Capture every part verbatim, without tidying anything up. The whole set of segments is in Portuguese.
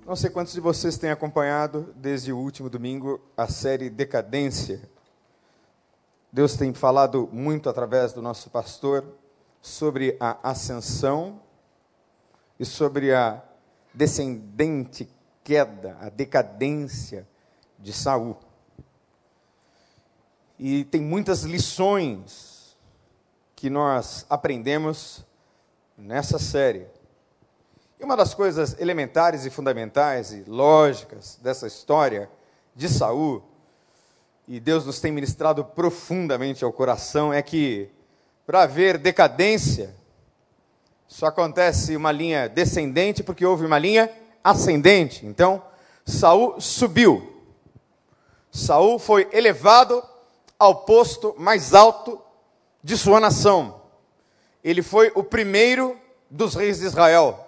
Não sei quantos de vocês têm acompanhado, desde o último domingo, a série Decadência. Deus tem falado muito através do nosso pastor sobre a ascensão e sobre a descendente queda, a decadência de Saul. E tem muitas lições que nós aprendemos nessa série. E uma das coisas elementares e fundamentais e lógicas dessa história de Saul, e Deus nos tem ministrado profundamente ao coração, é que para haver decadência, só acontece uma linha descendente porque houve uma linha ascendente. Então, Saul subiu. Saul foi elevado ao posto mais alto de sua nação. Ele foi o primeiro dos reis de Israel.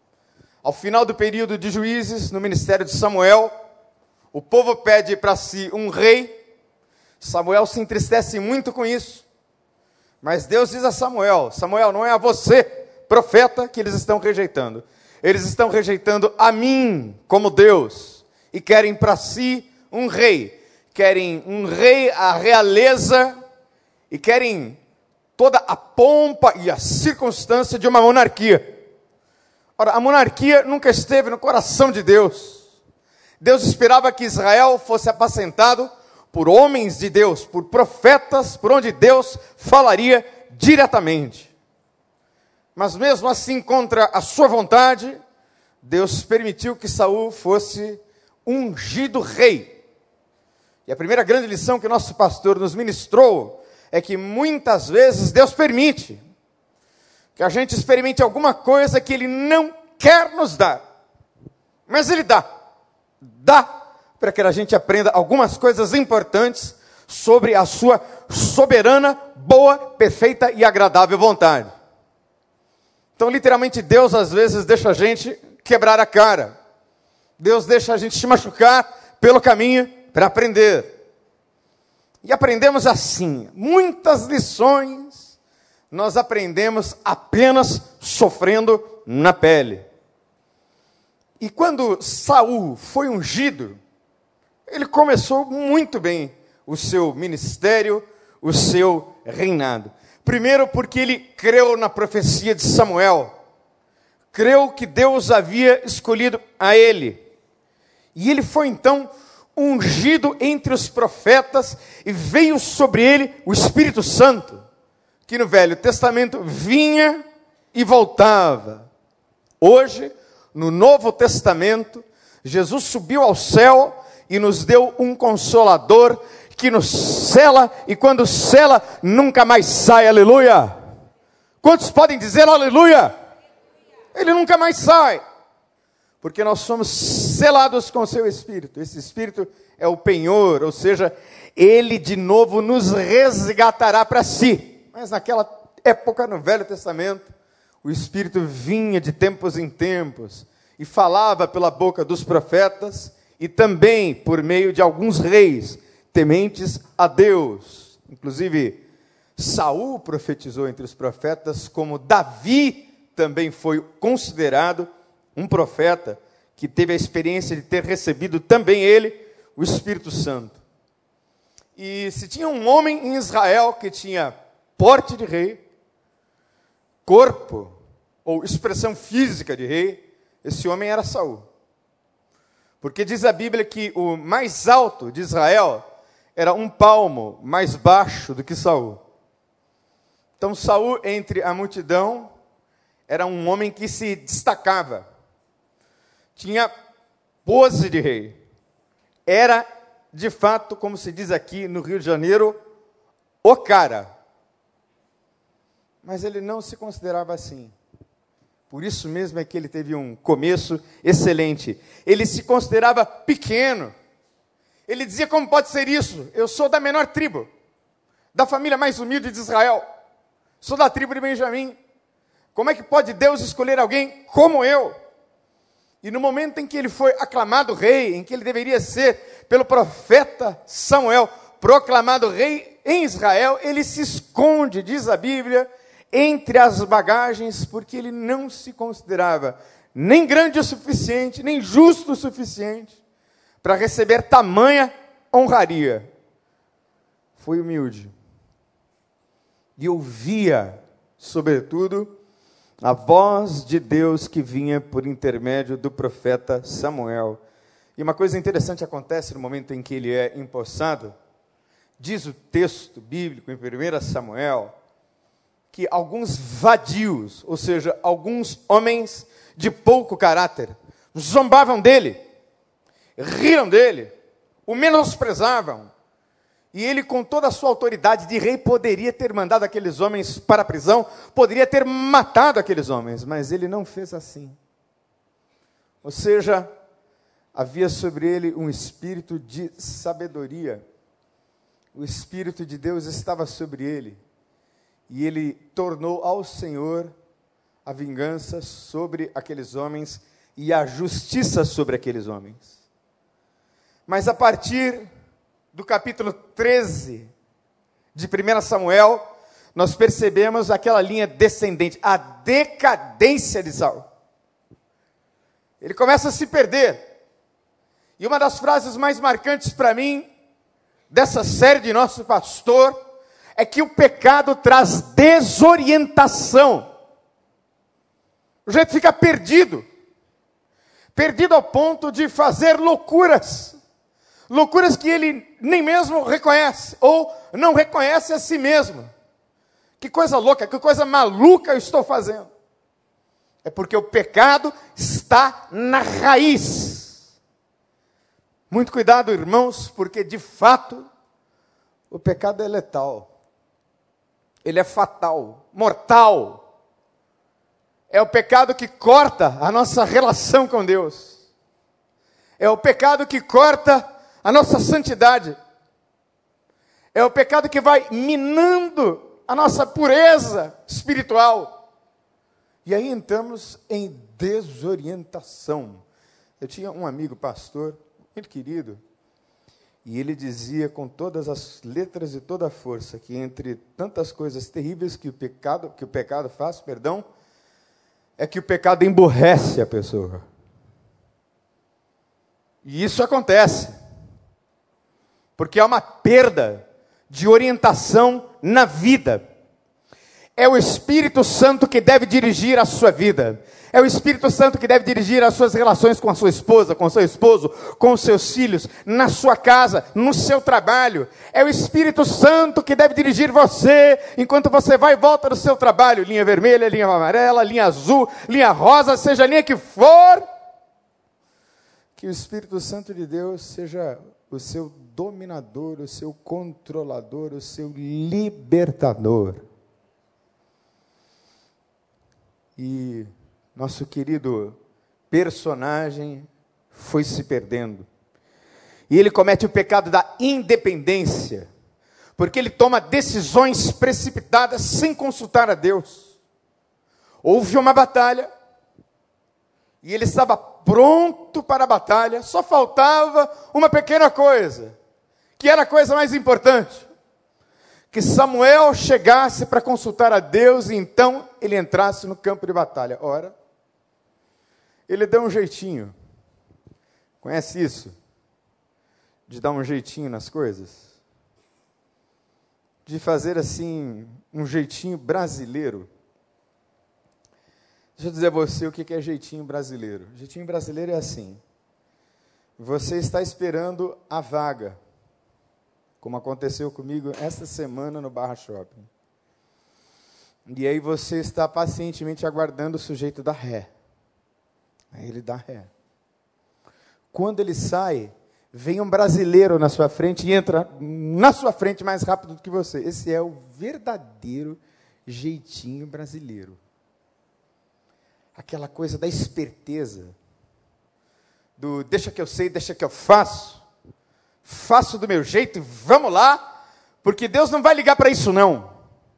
Ao final do período de juízes, no ministério de Samuel, o povo pede para si um rei. Samuel se entristece muito com isso. Mas Deus diz a Samuel: Samuel, não é a você, profeta, que eles estão rejeitando. Eles estão rejeitando a mim como Deus. E querem para si um rei. Querem um rei, a realeza, e querem toda a pompa e a circunstância de uma monarquia. Ora, a monarquia nunca esteve no coração de Deus. Deus esperava que Israel fosse apacentado por homens de Deus, por profetas, por onde Deus falaria diretamente. Mas mesmo assim, contra a sua vontade, Deus permitiu que Saul fosse ungido rei. E a primeira grande lição que o nosso pastor nos ministrou é que muitas vezes Deus permite que a gente experimente alguma coisa que Ele não quer nos dar. Mas Ele dá. Dá para que a gente aprenda algumas coisas importantes sobre a sua soberana, boa, perfeita e agradável vontade. Então, literalmente, Deus às vezes deixa a gente quebrar a cara. Deus deixa a gente se machucar pelo caminho para aprender. E aprendemos assim, muitas lições nós aprendemos apenas sofrendo na pele. E quando Saul foi ungido, ele começou muito bem o seu ministério, o seu reinado. Primeiro porque ele creu na profecia de Samuel. Creu que Deus havia escolhido a ele. E ele foi então ungido entre os profetas e veio sobre ele o Espírito Santo, que no Velho Testamento vinha e voltava. Hoje, no Novo Testamento, Jesus subiu ao céu e nos deu um Consolador que nos sela, e quando sela, nunca mais sai, aleluia. Quantos podem dizer aleluia? Ele nunca mais sai, porque nós somos selados com o seu Espírito. Esse Espírito é o penhor, ou seja, ele de novo nos resgatará para si. Mas naquela época, no Velho Testamento, o Espírito vinha de tempos em tempos e falava pela boca dos profetas e também por meio de alguns reis tementes a Deus. Inclusive, Saul profetizou entre os profetas, como Davi também foi considerado um profeta que teve a experiência de ter recebido também ele o Espírito Santo. E se tinha um homem em Israel que tinha porte de rei, corpo ou expressão física de rei, esse homem era Saul. Porque diz a Bíblia que o mais alto de Israel era um palmo mais baixo do que Saul. Então Saul, entre a multidão, era um homem que se destacava. Tinha pose de rei. Era, de fato, como se diz aqui no Rio de Janeiro, o cara. Mas ele não se considerava assim. Por isso mesmo é que ele teve um começo excelente. Ele se considerava pequeno. Ele dizia: como pode ser isso? Eu sou da menor tribo, da família mais humilde de Israel. Sou da tribo de Benjamim. Como é que pode Deus escolher alguém como eu? E no momento em que ele foi aclamado rei, em que ele deveria ser, pelo profeta Samuel, proclamado rei em Israel, ele se esconde, diz a Bíblia, entre as bagagens, porque ele não se considerava nem grande o suficiente, nem justo o suficiente para receber tamanha honraria. Foi humilde. E ouvia, sobretudo, a voz de Deus que vinha por intermédio do profeta Samuel. E uma coisa interessante acontece no momento em que ele é empossado. Diz o texto bíblico em primeiro Samuel, que alguns vadios, ou seja, alguns homens de pouco caráter, zombavam dele, riam dele, o menosprezavam. E ele, com toda a sua autoridade de rei, poderia ter mandado aqueles homens para a prisão, poderia ter matado aqueles homens, mas ele não fez assim. Ou seja, havia sobre ele um espírito de sabedoria. O Espírito de Deus estava sobre ele. E ele tornou ao Senhor a vingança sobre aqueles homens e a justiça sobre aqueles homens. Mas a partir do capítulo treze de primeiro Samuel, nós percebemos aquela linha descendente, a decadência de Saul. Ele começa a se perder. E uma das frases mais marcantes para mim, dessa série de Nosso Pastor, é que o pecado traz desorientação. O jeito fica perdido. Perdido ao ponto de fazer loucuras. Loucuras que ele nem mesmo reconhece, ou não reconhece a si mesmo. Que coisa louca, que coisa maluca eu estou fazendo. É porque o pecado está na raiz. Muito cuidado, irmãos, porque de fato o pecado é letal. Ele é fatal, mortal. É o pecado que corta a nossa relação com Deus. É o pecado que corta a nossa santidade. É o pecado que vai minando a nossa pureza espiritual. E aí entramos em desorientação. Eu tinha um amigo pastor, muito querido, e ele dizia com todas as letras e toda a força que entre tantas coisas terríveis que o pecado, que o pecado faz, perdão, é que o pecado emburrece a pessoa. E isso acontece, porque há uma perda de orientação na vida. É o Espírito Santo que deve dirigir a sua vida. É o Espírito Santo que deve dirigir as suas relações com a sua esposa, com o seu esposo, com os seus filhos, na sua casa, no seu trabalho. É o Espírito Santo que deve dirigir você, enquanto você vai e volta do seu trabalho. Linha vermelha, linha amarela, linha azul, linha rosa, seja a linha que for. Que o Espírito Santo de Deus seja o seu dominador, o seu controlador, o seu libertador. E nosso querido personagem foi se perdendo. E ele comete o pecado da independência, porque ele toma decisões precipitadas sem consultar a Deus. Houve uma batalha, e ele estava pronto para a batalha, só faltava uma pequena coisa, que era a coisa mais importante. Que Samuel chegasse para consultar a Deus e então ele entrasse no campo de batalha. Ora, ele deu um jeitinho. Conhece isso? De dar um jeitinho nas coisas? De fazer assim, um jeitinho brasileiro. Deixa eu dizer a você o que é jeitinho brasileiro. Jeitinho brasileiro é assim. Você está esperando a vaga, como aconteceu comigo esta semana no Barra Shopping. E aí você está pacientemente aguardando o sujeito dar ré. Aí ele dá ré. Quando ele sai, vem um brasileiro na sua frente e entra na sua frente mais rápido do que você. Esse é o verdadeiro jeitinho brasileiro. Aquela coisa da esperteza. Do deixa que eu sei, deixa que eu faço. Faço do meu jeito e vamos lá, porque Deus não vai ligar para isso não.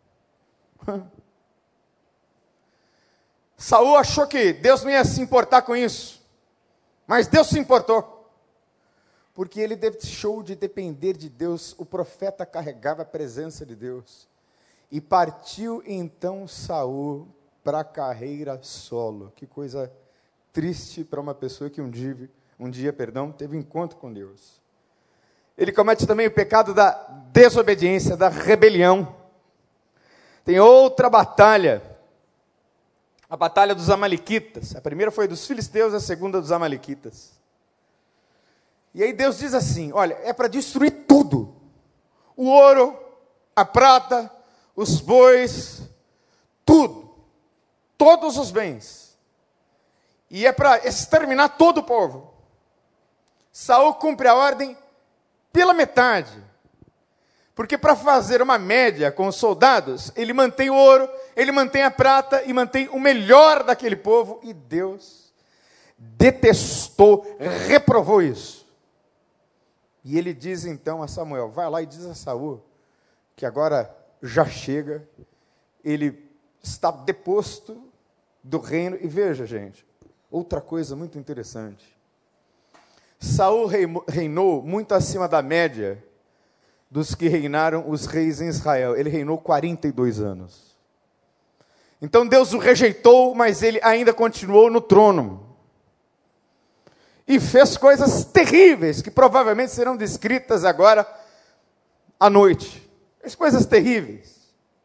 Saul achou que Deus não ia se importar com isso, mas Deus se importou, porque ele deixou de depender de Deus. O profeta carregava a presença de Deus, e partiu então Saul para a carreira solo. Que coisa triste para uma pessoa que um dia, um dia, perdão, teve um encontro com Deus. Ele comete também o pecado da desobediência, da rebelião. Tem outra batalha, a batalha dos amalequitas. A primeira foi dos filisteus, a segunda dos amalequitas. E aí Deus diz assim, olha, é para destruir tudo. O ouro, a prata, os bois, tudo. Todos os bens. E é para exterminar todo o povo. Saul cumpre a ordem pela metade. Porque para fazer uma média com os soldados, ele mantém o ouro, ele mantém a prata e mantém o melhor daquele povo. E Deus detestou, reprovou isso. E ele diz então a Samuel, vai lá e diz a Saul, que agora já chega, ele está deposto do reino. E veja, gente, outra coisa muito interessante. Saul reinou muito acima da média dos que reinaram os reis em Israel. Ele reinou quarenta e dois anos. Então Deus o rejeitou, mas ele ainda continuou no trono. E fez coisas terríveis, que provavelmente serão descritas agora à noite. Fez coisas terríveis.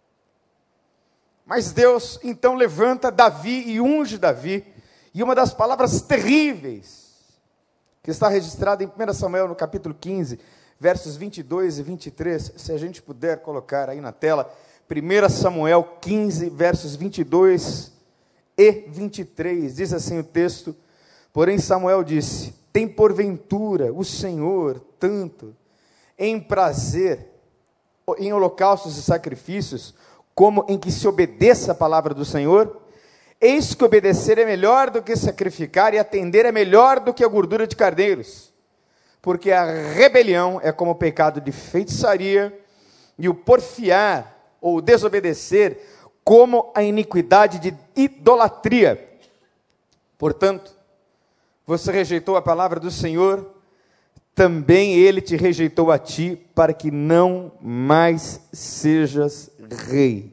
Mas Deus então levanta Davi e unge Davi. E uma das palavras terríveis, que está registrada em primeiro Samuel, no capítulo quinze, versos vinte e dois e vinte e três, se a gente puder colocar aí na tela, primeiro Samuel quinze, versos vinte e dois e vinte e três, diz assim o texto, porém Samuel disse, tem porventura o Senhor tanto em prazer, em holocaustos e sacrifícios, como em que se obedeça a palavra do Senhor? Eis que obedecer é melhor do que sacrificar, e atender é melhor do que a gordura de cardeiros. Porque a rebelião é como o pecado de feitiçaria, e o porfiar, ou desobedecer, como a iniquidade de idolatria. Portanto, você rejeitou a palavra do Senhor, também Ele te rejeitou a ti, para que não mais sejas rei.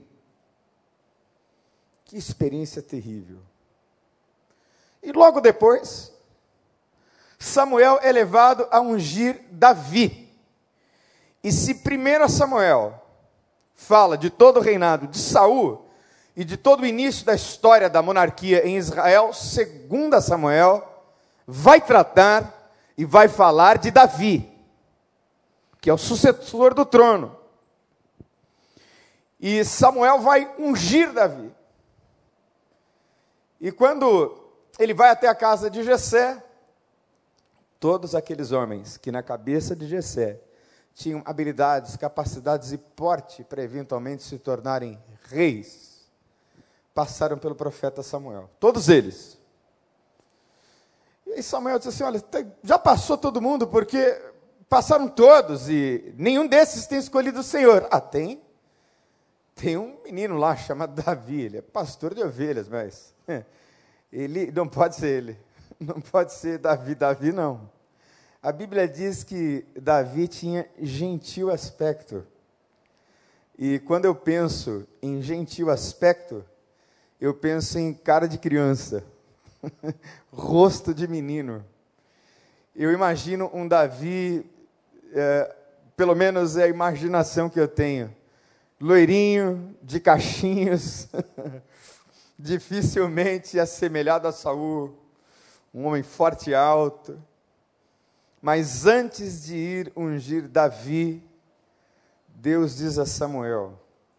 Que experiência terrível. E logo depois, Samuel é levado a ungir Davi. E se primeiro Samuel fala de todo o reinado de Saul e de todo o início da história da monarquia em Israel, segundo Samuel vai tratar e vai falar de Davi, que é o sucessor do trono. E Samuel vai ungir Davi. E quando ele vai até a casa de Jessé, todos aqueles homens que na cabeça de Jessé tinham habilidades, capacidades e porte para eventualmente se tornarem reis, passaram pelo profeta Samuel. Todos eles. E aí Samuel disse assim, olha, já passou todo mundo, porque passaram todos e nenhum desses tem escolhido o Senhor. Ah, tem? Tem um menino lá chamado Davi, ele é pastor de ovelhas, mas ele não pode ser ele, não pode ser Davi, Davi não. A Bíblia diz que Davi tinha gentil aspecto, e quando eu penso em gentil aspecto, eu penso em cara de criança, rosto de menino. Eu imagino um Davi, é, pelo menos é a imaginação que eu tenho, loirinho, de cachinhos, dificilmente assemelhado a Saul, um homem forte e alto. Mas antes de ir ungir Davi, Deus diz a Samuel,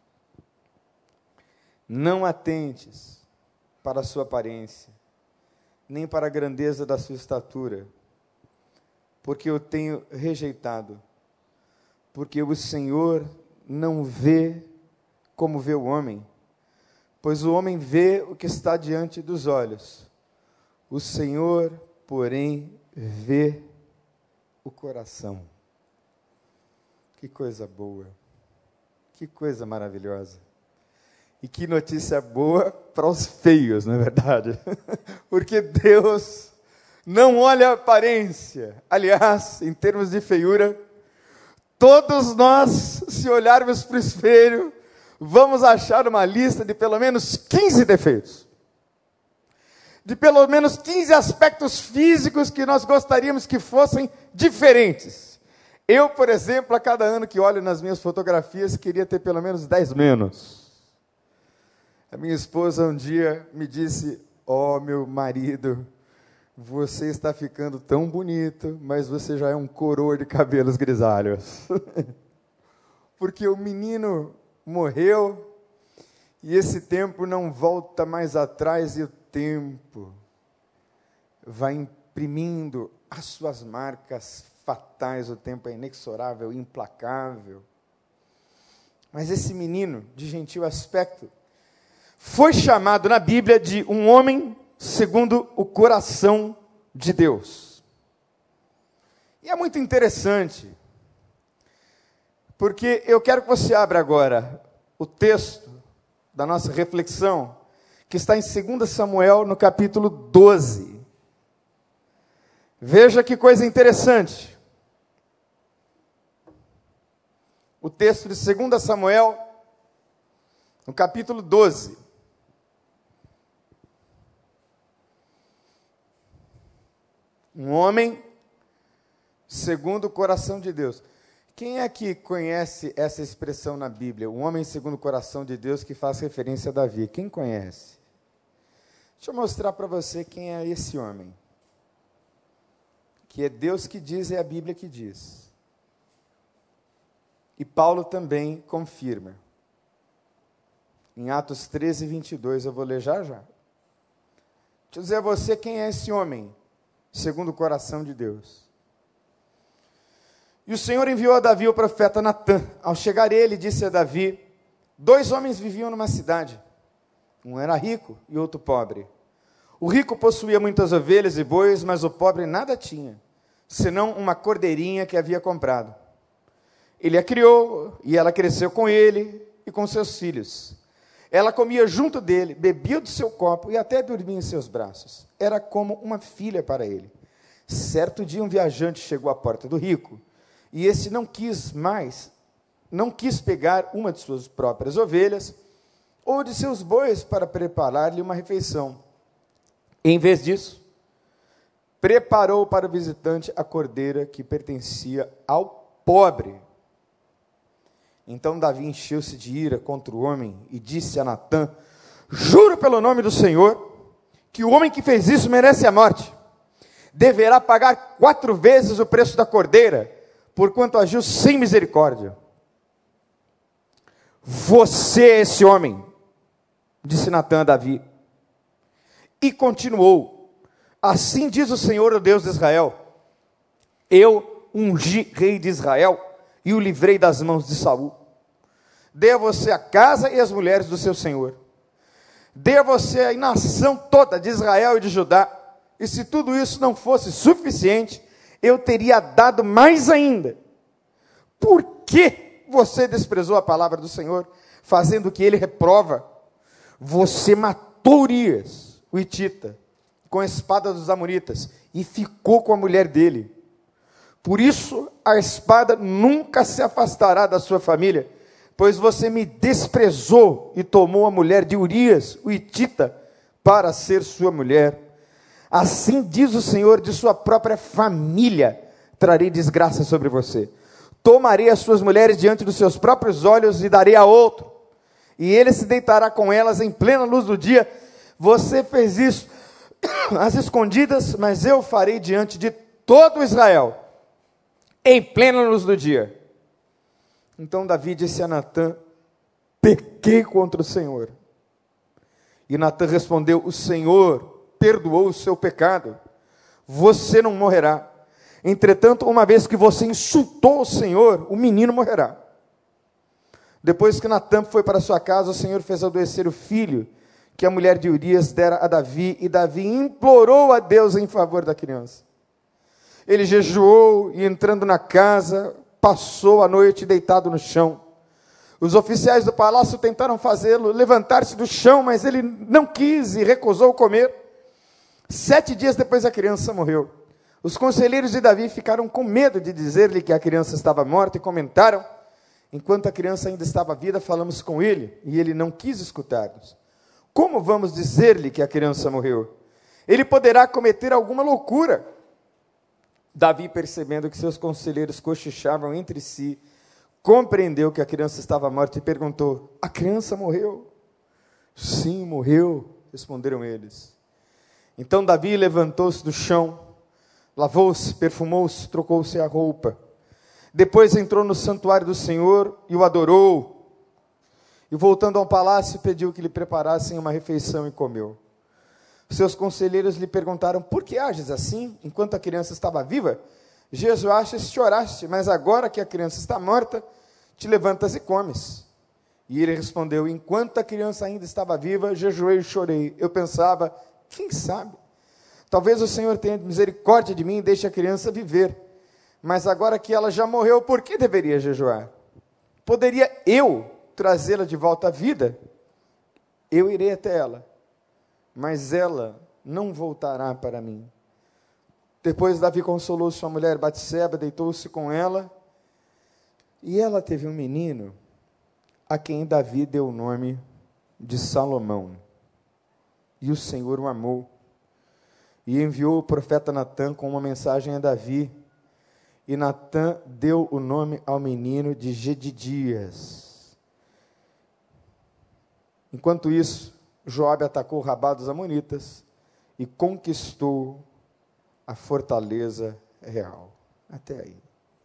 não atentes para a sua aparência, nem para a grandeza da sua estatura, porque eu tenho rejeitado, porque o Senhor não vê como vê o homem, pois o homem vê o que está diante dos olhos, o Senhor, porém, vê o coração. Que coisa boa, que coisa maravilhosa, e que notícia boa para os feios, não é verdade? Porque Deus não olha a aparência, aliás, em termos de feiura, todos nós, se olharmos para o espelho, vamos achar uma lista de pelo menos quinze defeitos. de pelo menos quinze aspectos físicos que nós gostaríamos que fossem diferentes. Eu, por exemplo, a cada ano que olho nas minhas fotografias, queria ter pelo menos dez menos. A minha esposa um dia me disse: ó, meu marido, você está ficando tão bonito, mas você já é um coroa de cabelos grisalhos. Porque o menino morreu, e esse tempo não volta mais atrás, e o tempo vai imprimindo as suas marcas fatais, o tempo é inexorável, implacável. Mas esse menino, de gentil aspecto, foi chamado na Bíblia de um homem segundo o coração de Deus. E é muito interessante, porque eu quero que você abra agora o texto da nossa reflexão, que está em dois Samuel, no capítulo doze. Veja que coisa interessante. O texto de dois Samuel, no capítulo doze. Um homem segundo o coração de Deus. Quem é que conhece essa expressão na Bíblia? Um homem segundo o coração de Deus, que faz referência a Davi. Quem conhece? Deixa eu mostrar para você quem é esse homem. Que é Deus que diz, é a Bíblia que diz. E Paulo também confirma. Em Atos treze, vinte e dois, eu vou ler já já. Deixa eu dizer a você quem é esse homem, segundo o coração de Deus. E o Senhor enviou a Davi o profeta Natã. Ao chegar ele, disse a Davi: dois homens viviam numa cidade. Um era rico e outro pobre. O rico possuía muitas ovelhas e bois, mas o pobre nada tinha, senão uma cordeirinha que havia comprado. Ele a criou, e ela cresceu com ele e com seus filhos. Ela comia junto dele, bebia do seu copo e até dormia em seus braços. Era como uma filha para ele. Certo dia um viajante chegou à porta do rico, e esse não quis mais, não quis pegar uma de suas próprias ovelhas ou de seus bois para preparar-lhe uma refeição. Em vez disso, preparou para o visitante a cordeira que pertencia ao pobre. Então Davi encheu-se de ira contra o homem e disse a Natã: juro pelo nome do Senhor que o homem que fez isso merece a morte. Deverá pagar quatro vezes o preço da cordeira, porquanto agiu sem misericórdia. Você é esse homem, disse Natã a Davi. E continuou: assim diz o Senhor, o Deus de Israel: eu ungi rei de Israel e o livrei das mãos de Saul. Dê a você a casa e as mulheres do seu senhor. Dê a você a nação toda de Israel e de Judá. E se tudo isso não fosse suficiente, eu teria dado mais ainda. Por que você desprezou a palavra do Senhor, fazendo o que ele reprova? Você matou Urias, o hitita, com a espada dos amonitas, e ficou com a mulher dele. Por isso, a espada nunca se afastará da sua família, pois você me desprezou e tomou a mulher de Urias, o hitita, para ser sua mulher. Assim diz o Senhor: de sua própria família trarei desgraça sobre você. Tomarei as suas mulheres diante dos seus próprios olhos e darei a outro, e ele se deitará com elas em plena luz do dia. Você fez isso às escondidas, mas eu farei diante de todo Israel, em plena luz do dia. Então Davi disse a Natã: pequei contra o Senhor. E Natã respondeu: o Senhor perdoou o seu pecado, você não morrerá. Entretanto, uma vez que você insultou o Senhor, o menino morrerá. Depois que Natã foi para sua casa, o Senhor fez adoecer o filho que a mulher de Urias dera a Davi, e Davi implorou a Deus em favor da criança. Ele jejuou e, entrando na casa, passou a noite deitado no chão. Os oficiais do palácio tentaram fazê-lo levantar-se do chão, mas ele não quis e recusou comer. Sete dias depois a criança morreu. Os conselheiros de Davi ficaram com medo de dizer-lhe que a criança estava morta e comentaram: enquanto a criança ainda estava viva, falamos com ele, e ele não quis escutar-nos. Como vamos dizer-lhe que a criança morreu? ele poderá cometer alguma loucura. Davi, percebendo que seus conselheiros cochichavam entre si, compreendeu que a criança estava morta e perguntou: a criança morreu? Sim, morreu, responderam eles. Então Davi levantou-se do chão, lavou-se, perfumou-se, trocou-se a roupa. Depois entrou no santuário do Senhor e o adorou. E voltando ao palácio, pediu que lhe preparassem uma refeição e comeu. Seus conselheiros lhe perguntaram: por que ages assim, enquanto a criança estava viva? Jejuaste e choraste, mas agora que a criança está morta, te levantas e comes. E ele respondeu: enquanto a criança ainda estava viva, jejuei e chorei. Eu pensava: quem sabe? Talvez o Senhor tenha misericórdia de mim e deixe a criança viver. Mas agora que ela já morreu, por que deveria jejuar? Poderia eu trazê-la de volta à vida? Eu irei até ela, mas ela não voltará para mim. Depois Davi consolou sua mulher Batseba, deitou-se com ela, e ela teve um menino, a quem Davi deu o nome de Salomão. E o Senhor o amou, e enviou o profeta Natã com uma mensagem a Davi, e Natã deu o nome ao menino de Gedidias. Enquanto isso, Joabe atacou Rabá dos Amonitas e conquistou a fortaleza real. Até aí.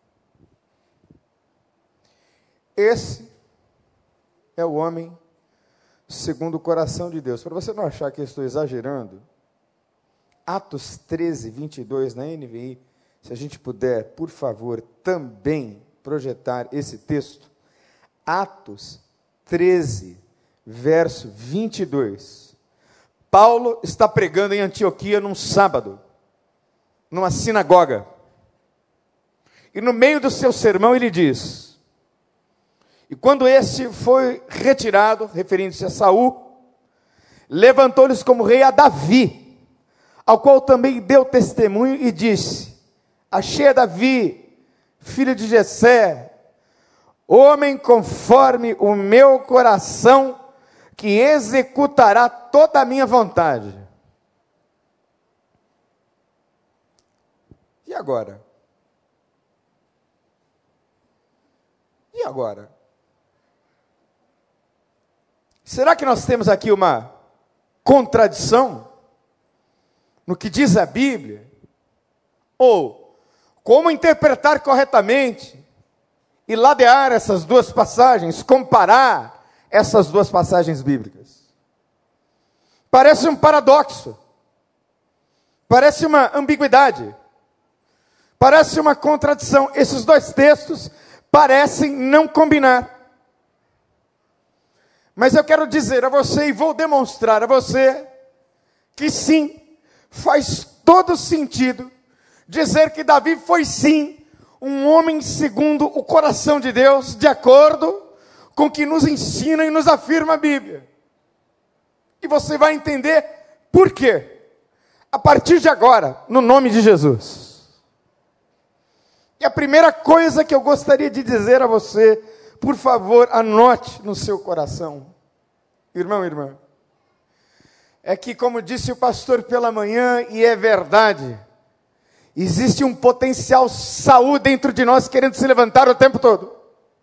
Esse é o homem segundo o coração de Deus. Para você não achar que eu estou exagerando, Atos treze, vinte e dois, na N V I, se a gente puder, por favor, também projetar esse texto. Atos treze, verso vinte e dois. Paulo está pregando em Antioquia num sábado, numa sinagoga. E no meio do seu sermão ele diz: e quando este foi retirado, referindo-se a Saul, levantou-lhes como rei a Davi, ao qual também deu testemunho e disse: achei a Davi, filho de Jessé, homem conforme o meu coração, que executará toda a minha vontade. E agora? E agora? Será que nós temos aqui uma contradição no que diz a Bíblia? Ou como interpretar corretamente e ladear essas duas passagens, comparar essas duas passagens bíblicas? Parece um paradoxo, parece uma ambiguidade, parece uma contradição. Esses dois textos parecem não combinar. Mas eu quero dizer a você, e vou demonstrar a você, que sim, faz todo sentido dizer que Davi foi sim um homem segundo o coração de Deus, de acordo com o que nos ensina e nos afirma a Bíblia. E você vai entender por quê, a partir de agora, no nome de Jesus. E a primeira coisa que eu gostaria de dizer a você, por favor, anote no seu coração, irmão e irmã, é que, como disse o pastor pela manhã, e é verdade, existe um potencial Saul dentro de nós querendo se levantar o tempo todo.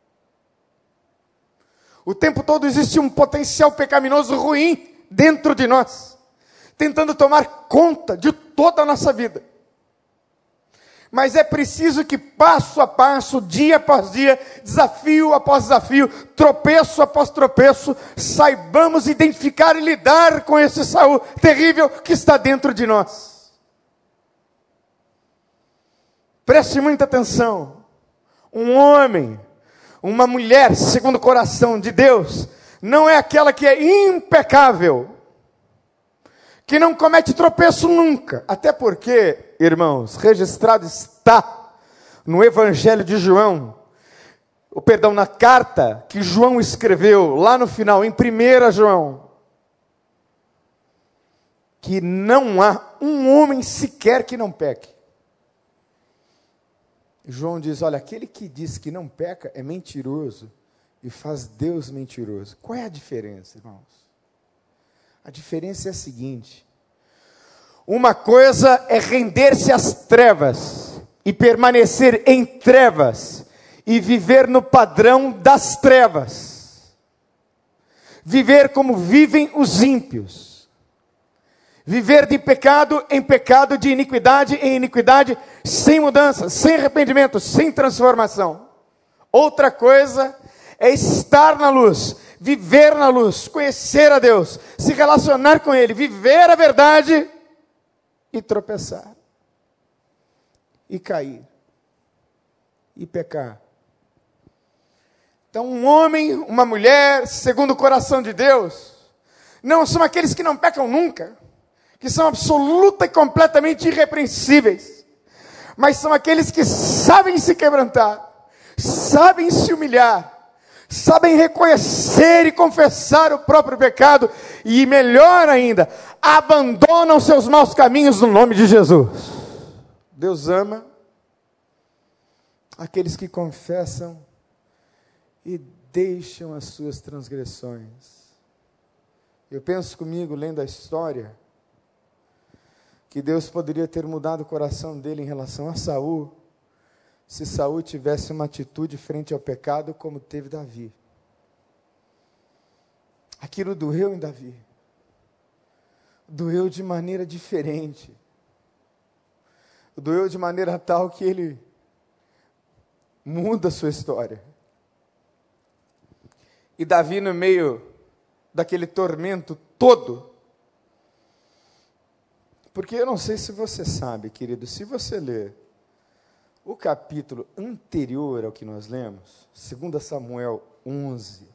O tempo todo existe um potencial pecaminoso ruim dentro de nós, tentando tomar conta de toda a nossa vida. Mas é preciso que passo a passo, dia após dia, desafio após desafio, tropeço após tropeço, saibamos identificar e lidar com esse Saul terrível que está dentro de nós. Preste muita atenção. Um homem, uma mulher, segundo o coração de Deus, não é aquela que é impecável, que não comete tropeço nunca. Até porque, irmãos, registrado está no Evangelho de João, o perdão, na carta que João escreveu lá no final, em primeira João, que não há um homem sequer que não peque. João diz: olha, aquele que diz que não peca é mentiroso e faz Deus mentiroso. Qual é a diferença, irmãos? A diferença é a seguinte: Uma coisa é render-se às trevas e permanecer em trevas e viver no padrão das trevas. Viver como vivem os ímpios. Viver de pecado em pecado, de iniquidade em iniquidade, sem mudança, sem arrependimento, sem transformação. Outra coisa é estar na luz, viver na luz, conhecer a Deus, se relacionar com Ele, viver a verdade e tropeçar, e cair, e pecar. Então, um homem, uma mulher, segundo o coração de Deus, não são aqueles que não pecam nunca, que são absoluta e completamente irrepreensíveis, mas são aqueles que sabem se quebrantar, sabem se humilhar, sabem reconhecer e confessar o próprio pecado, e melhor ainda, abandonam seus maus caminhos no nome de Jesus. Deus ama aqueles que confessam e deixam as suas transgressões. Eu penso comigo, lendo a história, que Deus poderia ter mudado o coração dele em relação a Saul, se Saul tivesse uma atitude frente ao pecado como teve Davi. Aquilo doeu em Davi. Doeu de maneira diferente. Doeu de maneira tal que ele muda a sua história. E Davi, no meio daquele tormento todo, porque eu não sei se você sabe, querido, se você ler o capítulo anterior ao que nós lemos, dois Samuel onze,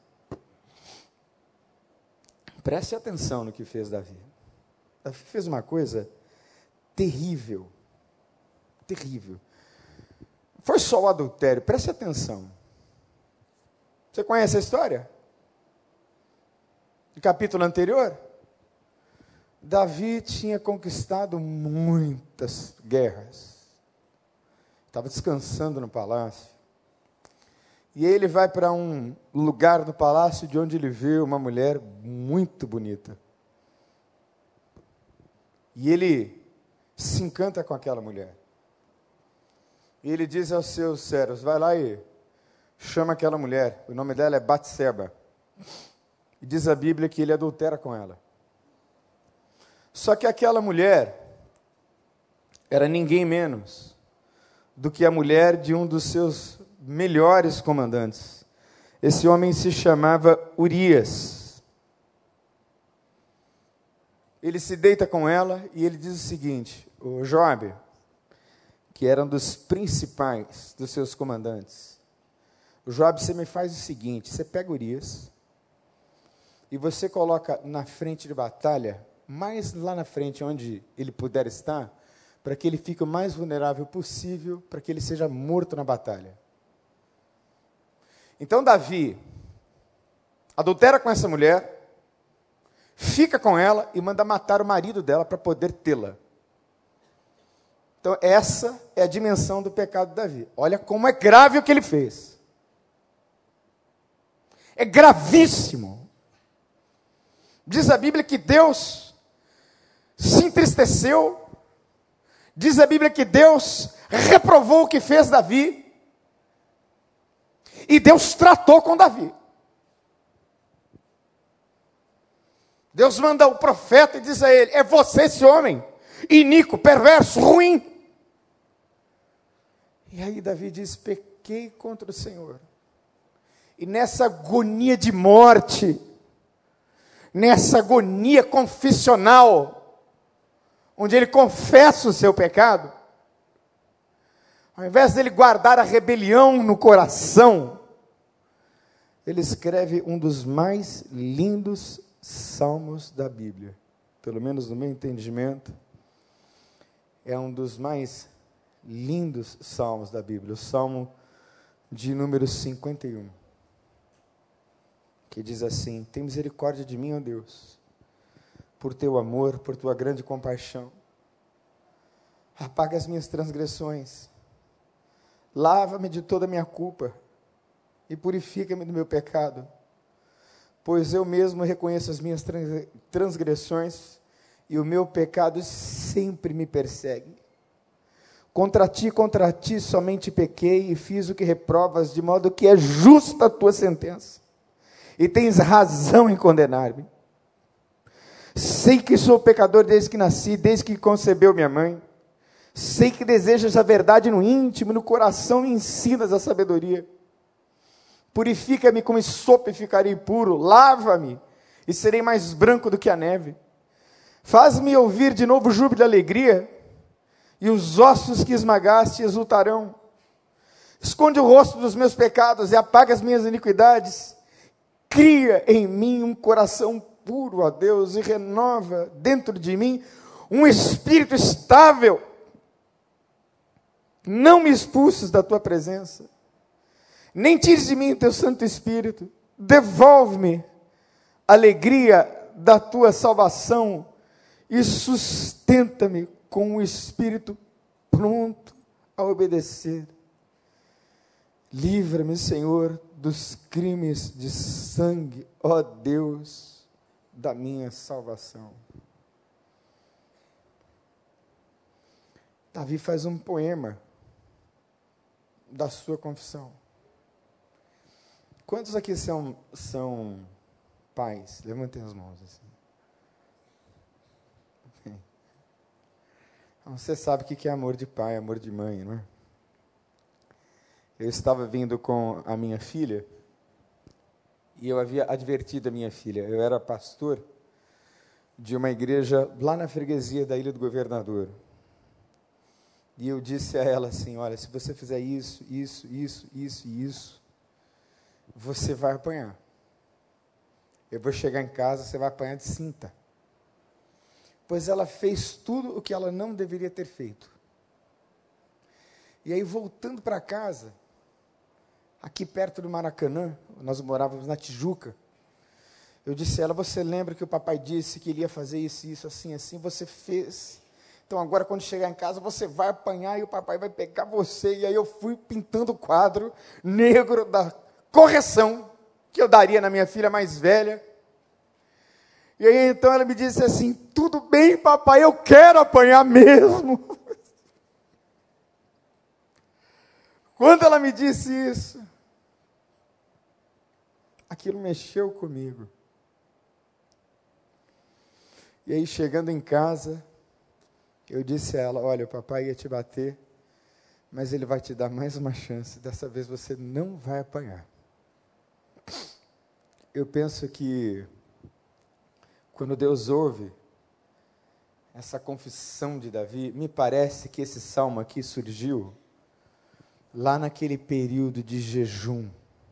preste atenção no que fez Davi. Davi fez uma coisa terrível, terrível. Foi só o adultério, preste atenção. Você conhece a história? No capítulo anterior, Davi tinha conquistado muitas guerras. Estava descansando no palácio. E ele vai para um lugar no palácio de onde ele vê uma mulher muito bonita. E ele se encanta com aquela mulher. E ele diz aos seus servos, vai lá e chama aquela mulher. O nome dela é Batseba. E diz a Bíblia que ele adultera com ela. Só que aquela mulher era ninguém menos do que a mulher de um dos seus melhores comandantes. Esse homem se chamava Urias. Ele se deita com ela e ele diz o seguinte, o Joabe, que era um dos principais dos seus comandantes, o Joabe, você me faz o seguinte, você pega Urias e você coloca na frente de batalha, mais lá na frente, onde ele puder estar, para que ele fique o mais vulnerável possível, para que ele seja morto na batalha. Então Davi adultera com essa mulher, fica com ela e manda matar o marido dela para poder tê-la. Então essa é a dimensão do pecado de Davi. Olha como é grave o que ele fez. É gravíssimo. Diz a Bíblia que Deus se entristeceu. Diz a Bíblia que Deus reprovou o que fez Davi. E Deus tratou com Davi. Deus manda o profeta e diz a ele, é você esse homem, iníquo, perverso, ruim. E aí Davi diz, pequei contra o Senhor. E nessa agonia de morte, nessa agonia confissional, onde ele confessa o seu pecado, ao invés dele guardar a rebelião no coração, ele escreve um dos mais lindos salmos da Bíblia. Pelo menos no meu entendimento, é um dos mais lindos salmos da Bíblia. O Salmo de número cinquenta e um. Que diz assim, tem misericórdia de mim, ó Deus, por teu amor, por tua grande compaixão. Apaga as minhas transgressões. Lava-me de toda a minha culpa e purifica-me do meu pecado, pois eu mesmo reconheço as minhas transgressões e o meu pecado sempre me persegue. Contra ti, contra ti somente pequei e fiz o que reprovas, de modo que é justa a tua sentença, e tens razão em condenar-me. Sei que sou pecador desde que nasci, desde que concebeu minha mãe. Sei que desejas a verdade no íntimo, no coração me ensinas a sabedoria. Purifica-me como sopo e ficarei puro, lava-me e serei mais branco do que a neve. Faz-me ouvir de novo júbilo e alegria, e os ossos que esmagaste exultarão. Esconde o rosto dos meus pecados e apaga as minhas iniquidades. Cria em mim um coração puro, ó Deus, e renova dentro de mim um espírito estável. Não me expulses da tua presença, nem tires de mim o teu Santo Espírito. Devolve-me a alegria da tua salvação e sustenta-me com um espírito pronto a obedecer. Livra-me, Senhor, dos crimes de sangue, ó Deus, da minha salvação. Davi faz um poema da sua confissão. Quantos aqui são, são pais? Levantem as mãos assim. Você sabe o que é amor de pai, amor de mãe, não é? Eu estava vindo com a minha filha, e eu havia advertido a minha filha. Eu era pastor de uma igreja lá na freguesia da Ilha do Governador. E eu disse a ela assim, olha, se você fizer isso, isso, isso, isso e isso, você vai apanhar. Eu vou chegar em casa, você vai apanhar de cinta. Pois ela fez tudo o que ela não deveria ter feito. E aí, voltando para casa, aqui perto do Maracanã, nós morávamos na Tijuca, eu disse a ela, você lembra que o papai disse que ele ia fazer isso, isso, assim, assim, você fez. Então agora quando chegar em casa, você vai apanhar e o papai vai pegar você. E aí eu fui pintando o quadro negro da correção que eu daria na minha filha mais velha. E aí então ela me disse assim, tudo bem papai, eu quero apanhar mesmo. Quando ela me disse isso, aquilo mexeu comigo. E aí chegando em casa, eu disse a ela, olha, o papai ia te bater, mas ele vai te dar mais uma chance, dessa vez você não vai apanhar. Eu penso que, quando Deus ouve essa confissão de Davi, me parece que esse salmo aqui surgiu lá naquele período de jejum,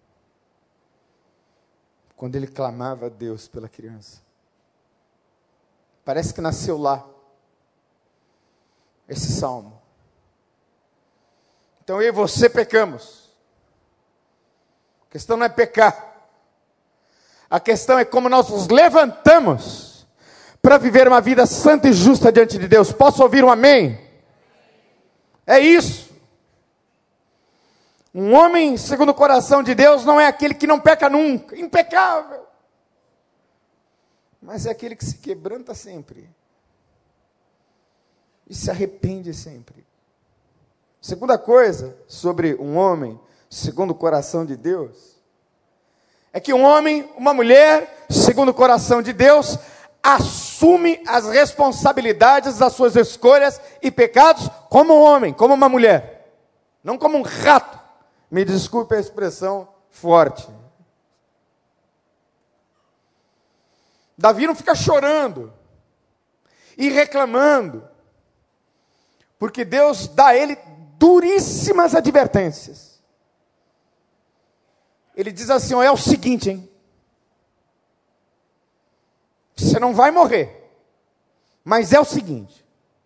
quando ele clamava a Deus pela criança. Parece que nasceu lá, esse salmo. Então eu e você pecamos. A questão não é pecar. A questão é como nós nos levantamos para viver uma vida santa e justa diante de Deus. Posso ouvir um amém? É isso. Um homem segundo o coração de Deus não é aquele que não peca nunca, impecável. Mas é aquele que se quebranta sempre. E se arrepende sempre. Segunda coisa sobre um homem segundo o coração de Deus, é que um homem, uma mulher, segundo o coração de Deus, assume as responsabilidades das suas escolhas e pecados como um homem, como uma mulher. Não como um rato. Me desculpe a expressão forte. Davi não fica chorando e reclamando, porque Deus dá a ele duríssimas advertências. Ele diz assim, ó, é o seguinte, hein? Você não vai morrer, mas é o seguinte,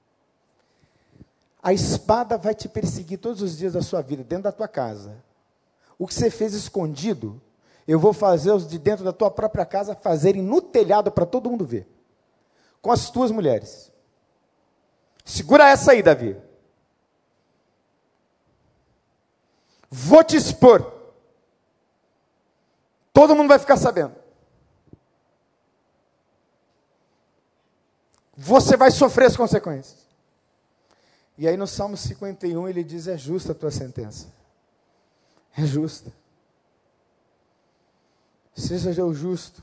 a espada vai te perseguir todos os dias da sua vida, dentro da tua casa. O que você fez escondido, eu vou fazer os de dentro da tua própria casa fazerem no telhado para todo mundo ver. Com as tuas mulheres. Segura essa aí, Davi. Vou te expor. Todo mundo vai ficar sabendo. você vai sofrer as consequências. E aí no Salmo cinquenta e um ele diz, é justa a tua sentença. É justa. Seja Deus justo.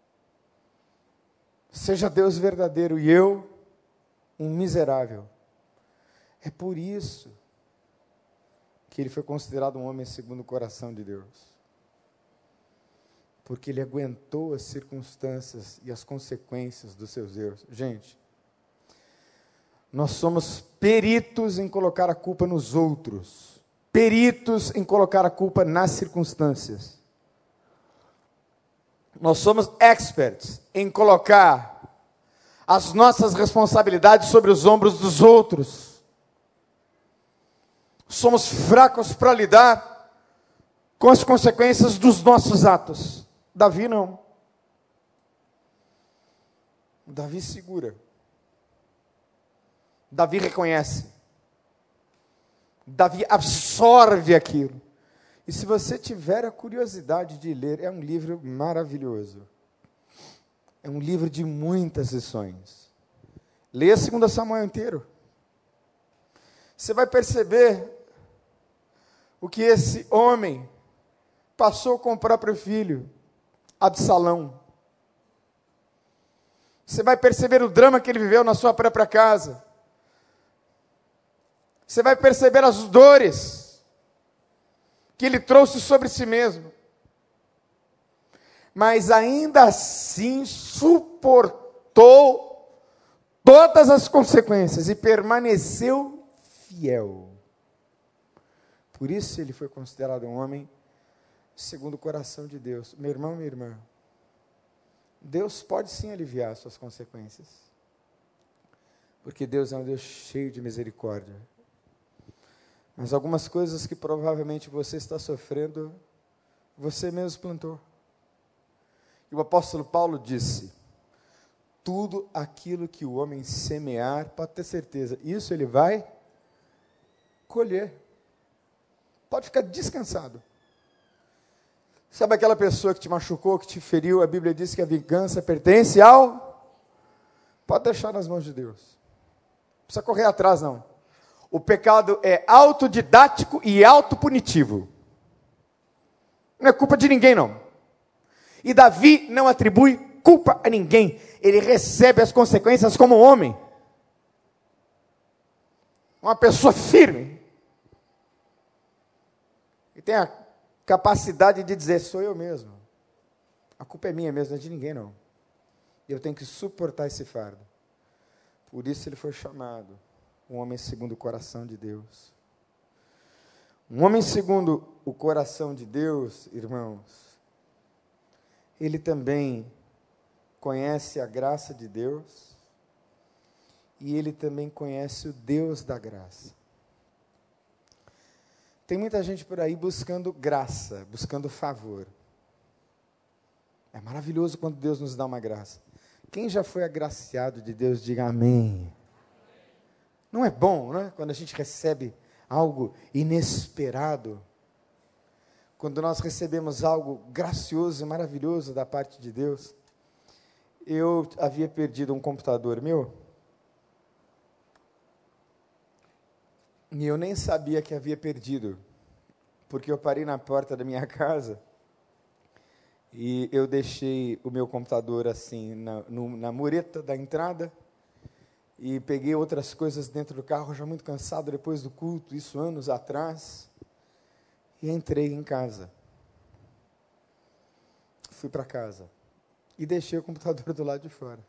Seja Deus verdadeiro e eu, um miserável. É por isso que ele foi considerado um homem segundo o coração de Deus. Porque ele aguentou as circunstâncias e as consequências dos seus erros. Gente, nós somos peritos em colocar a culpa nos outros. Peritos em colocar a culpa nas circunstâncias. Nós somos experts em colocar as nossas responsabilidades sobre os ombros dos outros. Somos fracos para lidar com as consequências dos nossos atos. Davi não. Davi segura. Davi reconhece. Davi absorve aquilo. E se você tiver a curiosidade de ler, é um livro maravilhoso. É um livro de muitas lições. Leia dois Samuel inteiro. Você vai perceber o que esse homem passou com o próprio filho, Absalão. Você vai perceber o drama que ele viveu na sua própria casa. Você vai perceber as dores que ele trouxe sobre si mesmo. Mas ainda assim suportou todas as consequências e permaneceu fiel. Por isso ele foi considerado um homem segundo o coração de Deus. Meu irmão, minha irmã, Deus pode sim aliviar suas consequências. Porque Deus é um Deus cheio de misericórdia. Mas algumas coisas que provavelmente você está sofrendo, você mesmo plantou. E o apóstolo Paulo disse, tudo aquilo que o homem semear, pode ter certeza, isso ele vai colher. Pode ficar descansado. Sabe aquela pessoa que te machucou, que te feriu, a Bíblia diz que a vingança pertence ao... Pode deixar nas mãos de Deus. Não precisa correr atrás, não. O pecado é autodidático e autopunitivo. Não é culpa de ninguém, não. E Davi não atribui culpa a ninguém. Ele recebe as consequências como homem. Uma pessoa firme. E tem a capacidade de dizer, sou eu mesmo. A culpa é minha mesmo, não é de ninguém, não. E eu tenho que suportar esse fardo. Por isso ele foi chamado um homem segundo o coração de Deus. Um homem segundo o coração de Deus, irmãos, ele também conhece a graça de Deus e ele também conhece o Deus da graça. Tem muita gente por aí buscando graça, buscando favor. É maravilhoso quando Deus nos dá uma graça. Quem já foi agraciado de Deus, diga amém. Não é bom, né? Quando a gente recebe algo inesperado, quando nós recebemos algo gracioso e maravilhoso da parte de Deus. Eu havia perdido um computador meu, e eu nem sabia que havia perdido, porque eu parei na porta da minha casa, e eu deixei o meu computador assim, na, no, na mureta da entrada, e peguei outras coisas dentro do carro, já muito cansado, depois do culto, isso anos atrás, e entrei em casa. Fui para casa. E deixei o computador do lado de fora.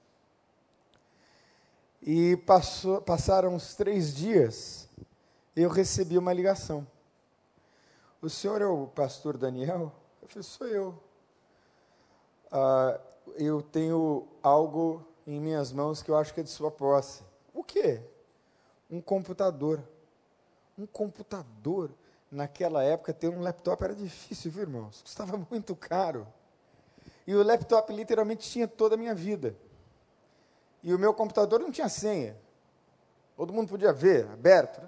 E passou, passaram uns três dias, eu recebi uma ligação. O senhor é o pastor Daniel? Eu falei, sou eu. Ah, eu tenho algo em minhas mãos que eu acho que é de sua posse. O quê? Um computador. Um computador. Naquela época, ter um laptop era difícil, viu, irmãos? Custava muito caro. E o laptop literalmente tinha toda a minha vida. E o meu computador não tinha senha. Todo mundo podia ver, aberto. Né?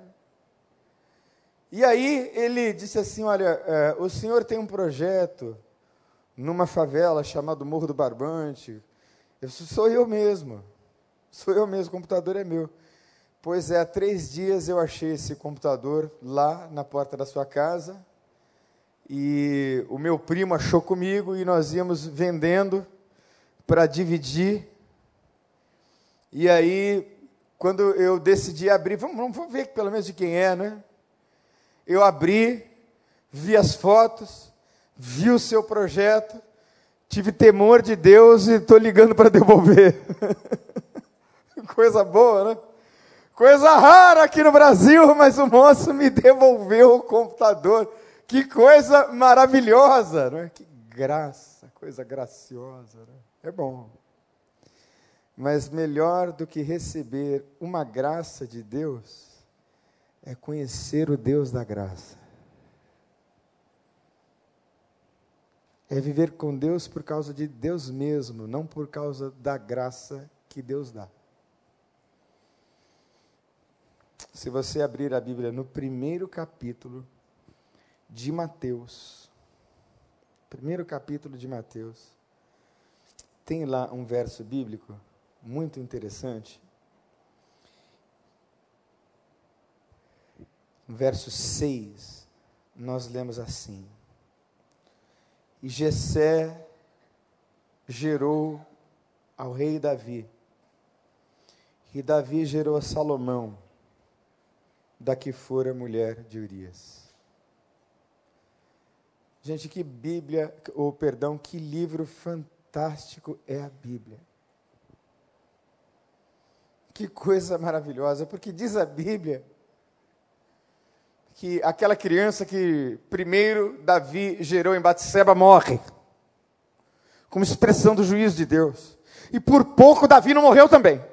E aí ele disse assim, olha, é, o senhor tem um projeto numa favela chamado Morro do Barbante. Eu disse, sou eu mesmo. Sou eu mesmo, o computador é meu. Pois é, há três dias eu achei esse computador lá na porta da sua casa, e o meu primo achou comigo, e nós íamos vendendo para dividir. E aí, quando eu decidi abrir, vamos, vamos ver pelo menos de quem é, né? Eu abri, vi as fotos, vi o seu projeto, tive temor de Deus e estou ligando para devolver. Coisa boa, né? Coisa rara aqui no Brasil, mas o moço me devolveu o computador. Que coisa maravilhosa, não é? Que graça, coisa graciosa, né? É bom. Mas melhor do que receber uma graça de Deus é conhecer o Deus da graça. É viver com Deus por causa de Deus mesmo, não por causa da graça que Deus dá. Se você abrir a Bíblia no primeiro capítulo de Mateus, primeiro capítulo de Mateus, tem lá um verso bíblico muito interessante. No verso seis, nós lemos assim: E Jessé gerou ao rei Davi, e Davi gerou a Salomão, da que fora mulher de Urias. Gente, que Bíblia, ou perdão, que livro fantástico é a Bíblia. Que coisa maravilhosa, porque diz a Bíblia que aquela criança que primeiro Davi gerou em Batseba morre, como expressão do juízo de Deus. E por pouco Davi não morreu também.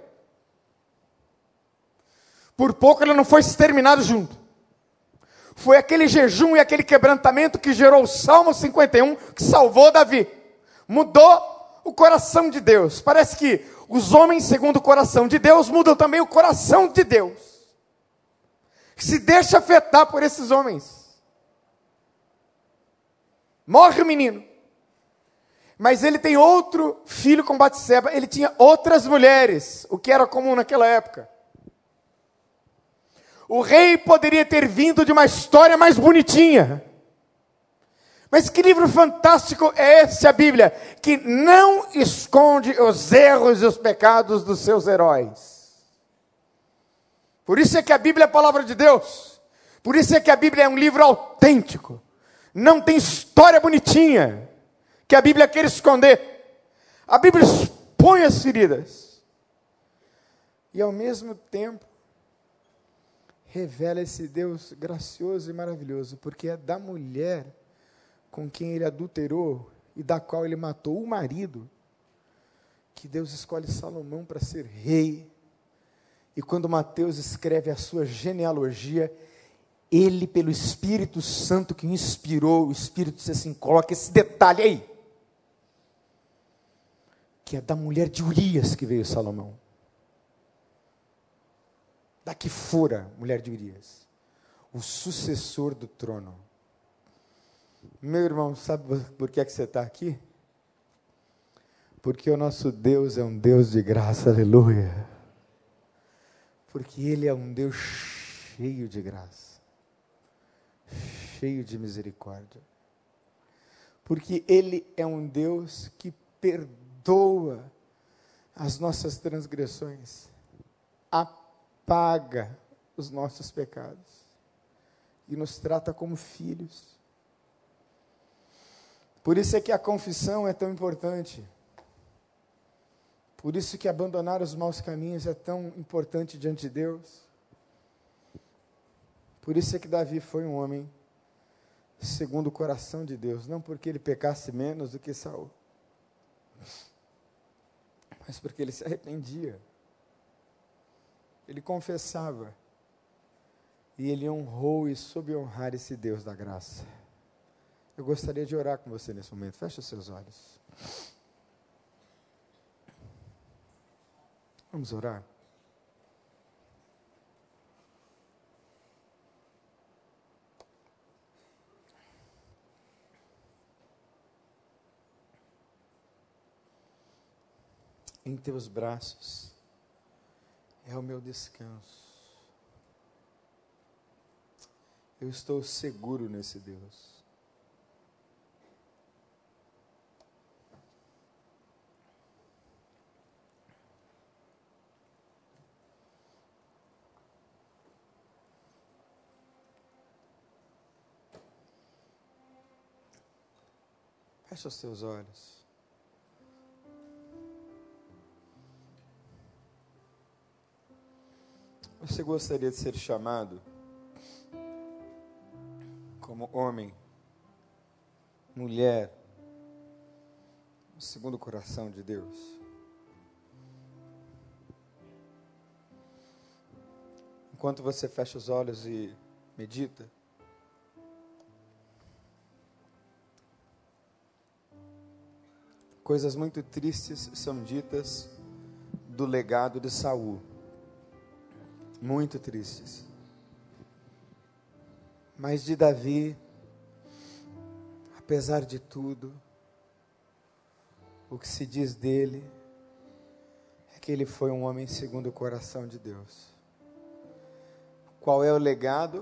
Por pouco ele não foi exterminado junto. Foi aquele jejum e aquele quebrantamento que gerou o Salmo cinquenta e um, que salvou Davi. Mudou o coração de Deus. Parece que os homens, segundo o coração de Deus, mudam também o coração de Deus. Que se deixa afetar por esses homens. Morre o menino. Mas ele tem outro filho com Batseba. Ele tinha outras mulheres, o que era comum naquela época. O rei poderia ter vindo de uma história mais bonitinha. Mas que livro fantástico é esse, a Bíblia, que não esconde os erros e os pecados dos seus heróis. Por isso é que a Bíblia é a palavra de Deus. Por isso é que a Bíblia é um livro autêntico. Não tem história bonitinha que a Bíblia quer esconder. A Bíblia expõe as feridas. E ao mesmo tempo, revela esse Deus gracioso e maravilhoso, porque é da mulher com quem ele adulterou e da qual ele matou o marido, que Deus escolhe Salomão para ser rei. E quando Mateus escreve a sua genealogia, ele, pelo Espírito Santo que o inspirou, o Espírito disse assim, coloca esse detalhe aí, que é da mulher de Urias que veio Salomão. Da que fora mulher de Urias, o sucessor do trono. Meu irmão, sabe por que é que você está aqui? Porque o nosso Deus é um Deus de graça, aleluia. Porque Ele é um Deus cheio de graça, cheio de misericórdia. Porque Ele é um Deus que perdoa as nossas transgressões, apaga os nossos pecados e nos trata como filhos. Por isso é que a confissão é tão importante. Por isso que abandonar os maus caminhos é tão importante diante de Deus. Por isso é que Davi foi um homem segundo o coração de Deus, não porque ele pecasse menos do que Saul, mas porque ele se arrependia. Ele confessava, e ele honrou e soube honrar esse Deus da graça. Eu gostaria de orar com você nesse momento. Feche os seus olhos. Vamos orar? Em teus braços, é o meu descanso. Eu estou seguro nesse Deus. Feche os seus olhos. Você gostaria de ser chamado como homem, mulher, segundo o coração de Deus? Enquanto você fecha os olhos e medita, coisas muito tristes são ditas do legado de Saul. Muito tristes. Mas de Davi, apesar de tudo, o que se diz dele é que ele foi um homem segundo o coração de Deus. Qual é o legado?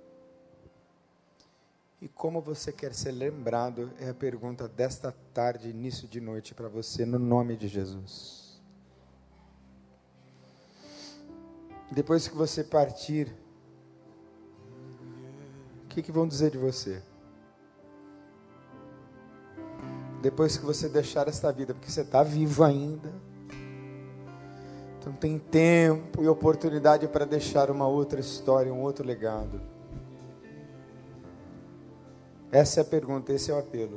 E como você quer ser lembrado é a pergunta desta tarde, início de noite, para você, no nome de Jesus. Depois que você partir, o que, que vão dizer de você? Depois que você deixar esta vida, porque você está vivo ainda, então tem tempo e oportunidade para deixar uma outra história, um outro legado. Essa é a pergunta, esse é o apelo.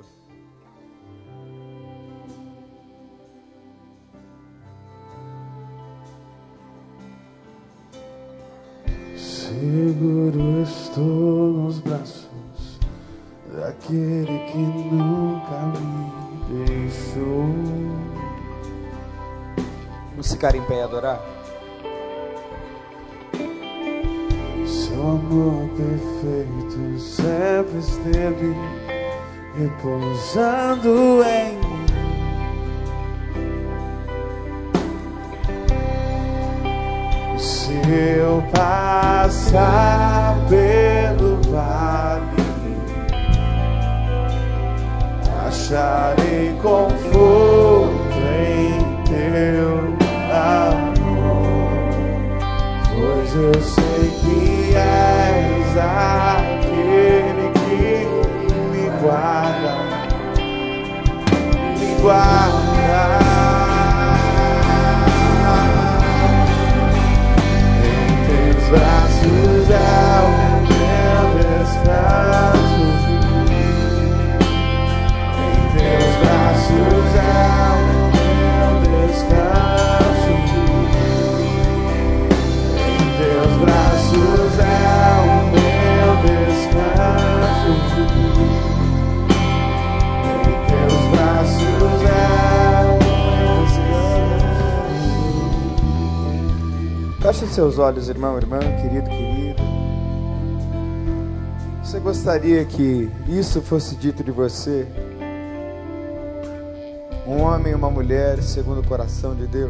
Seguro estou nos braços daquele que nunca me deixou. Vamos ficar em pé e adorar? Seu amor perfeito sempre esteve repousando em mim. Se eu passar pelo vale, acharei conforto em teu amor, pois eu sei que és aquele que me guarda, me guarda. Braços é o meu descanso, em teus braços é o meu descanso, em teus braços é o meu descanso, em teus braços é o meu descanso. Feche seus olhos, irmão, irmã, querido, querido. Você gostaria que isso fosse dito de você? Um homem e uma mulher segundo o coração de Deus.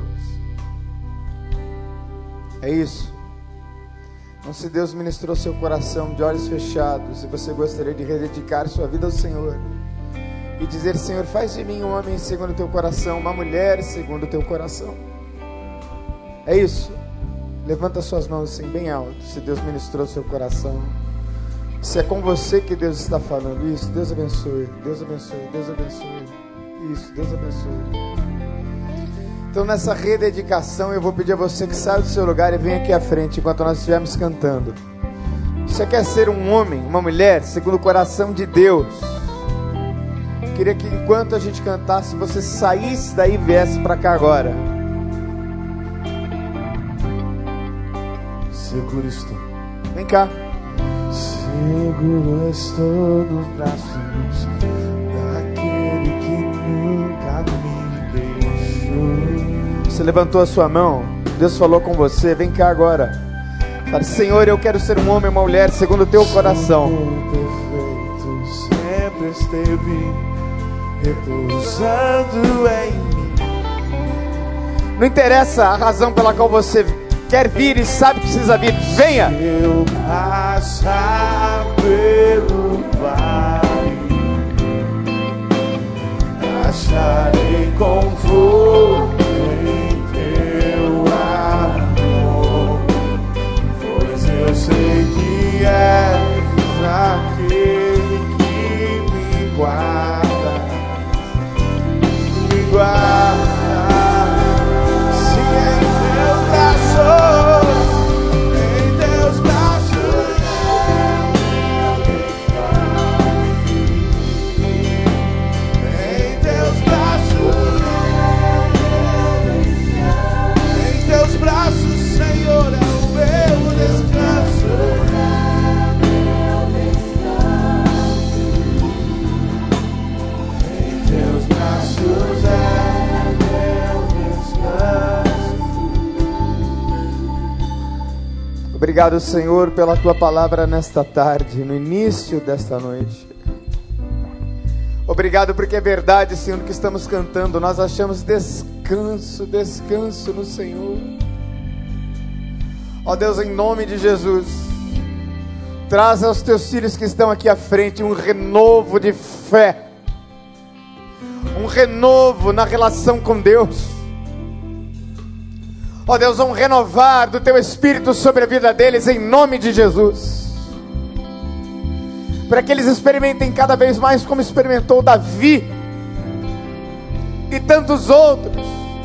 É isso. Então, se Deus ministrou seu coração de olhos fechados e você gostaria de rededicar sua vida ao Senhor e dizer: Senhor, faz de mim um homem segundo o teu coração, uma mulher segundo o teu coração. É isso. Levanta suas mãos assim bem alto. Se Deus ministrou seu coração, se é com você que Deus está falando isso, Deus abençoe, Deus abençoe, Deus abençoe. Isso, Deus abençoe. Então nessa rededicação eu vou pedir a você que saia do seu lugar e venha aqui à frente enquanto nós estivermos cantando. Você quer ser um homem, uma mulher segundo o coração de Deus? Eu queria que enquanto a gente cantasse, você saísse daí e viesse para cá agora. Seguro estou, Vem cá. seguro estou nos braços daquele que nunca me deixou. Você levantou a sua mão, Deus falou com você, vem cá agora. Fala: Senhor, eu quero ser um homem, uma mulher segundo o teu coração. Seu perfeito sempre esteve repousando em mim. Não interessa a razão pela qual você quer vir e sabe que precisa vir, venha. Se eu passar pelo vale, acharei conforto em teu amor, pois eu sei que és aquele que me guarda, me guarda. Se em teus braços, em teus braços, em teus braços, em teus braços, Senhor, é o meu descanso. Em teus braços é meu descanso. Obrigado, Senhor, pela tua palavra nesta tarde, no início desta noite. Obrigado porque é verdade, Senhor, que estamos cantando. Nós achamos descanso, descanso no Senhor. Ó Deus, em nome de Jesus, traz aos teus filhos que estão aqui à frente um renovo de fé, um renovo na relação com Deus. Ó Deus, um renovar do teu Espírito sobre a vida deles, em nome de Jesus, para que eles experimentem cada vez mais como experimentou Davi e tantos outros,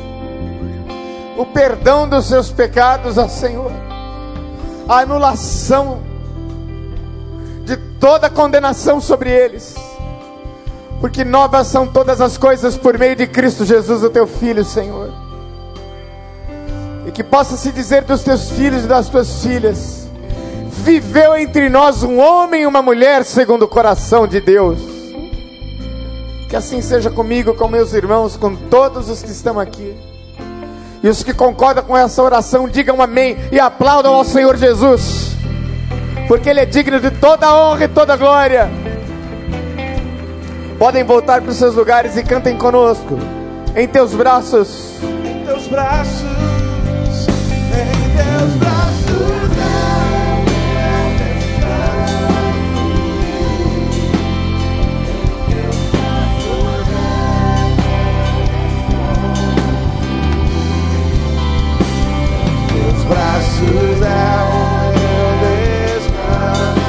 o perdão dos seus pecados, ó Senhor, a anulação de toda condenação sobre eles, porque novas são todas as coisas por meio de Cristo Jesus, o teu Filho, Senhor. E que possa se dizer dos teus filhos e das tuas filhas: viveu entre nós um homem e uma mulher segundo o coração de Deus. Que assim seja comigo, com meus irmãos, com todos os que estão aqui. E os que concordam com essa oração, digam amém e aplaudam ao Senhor Jesus, porque Ele é digno de toda a honra e toda a glória. Podem voltar para os seus lugares e cantem conosco. Em teus braços, Em teus braços, em teus braços é meu descanso. Em teus braços é meu descanso. Em teus braços é o meu descanso.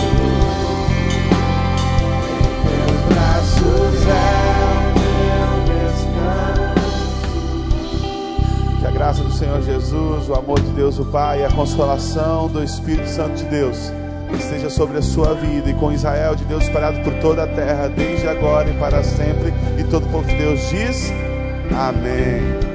Em teus braços é o meu descanso. Que a graça do Senhor Jesus, o amor de Deus o Pai e a consolação do Espírito Santo de Deus esteja sobre a sua vida e com Israel de Deus espalhado por toda a terra, desde agora e para sempre. E todo o povo de Deus diz amém.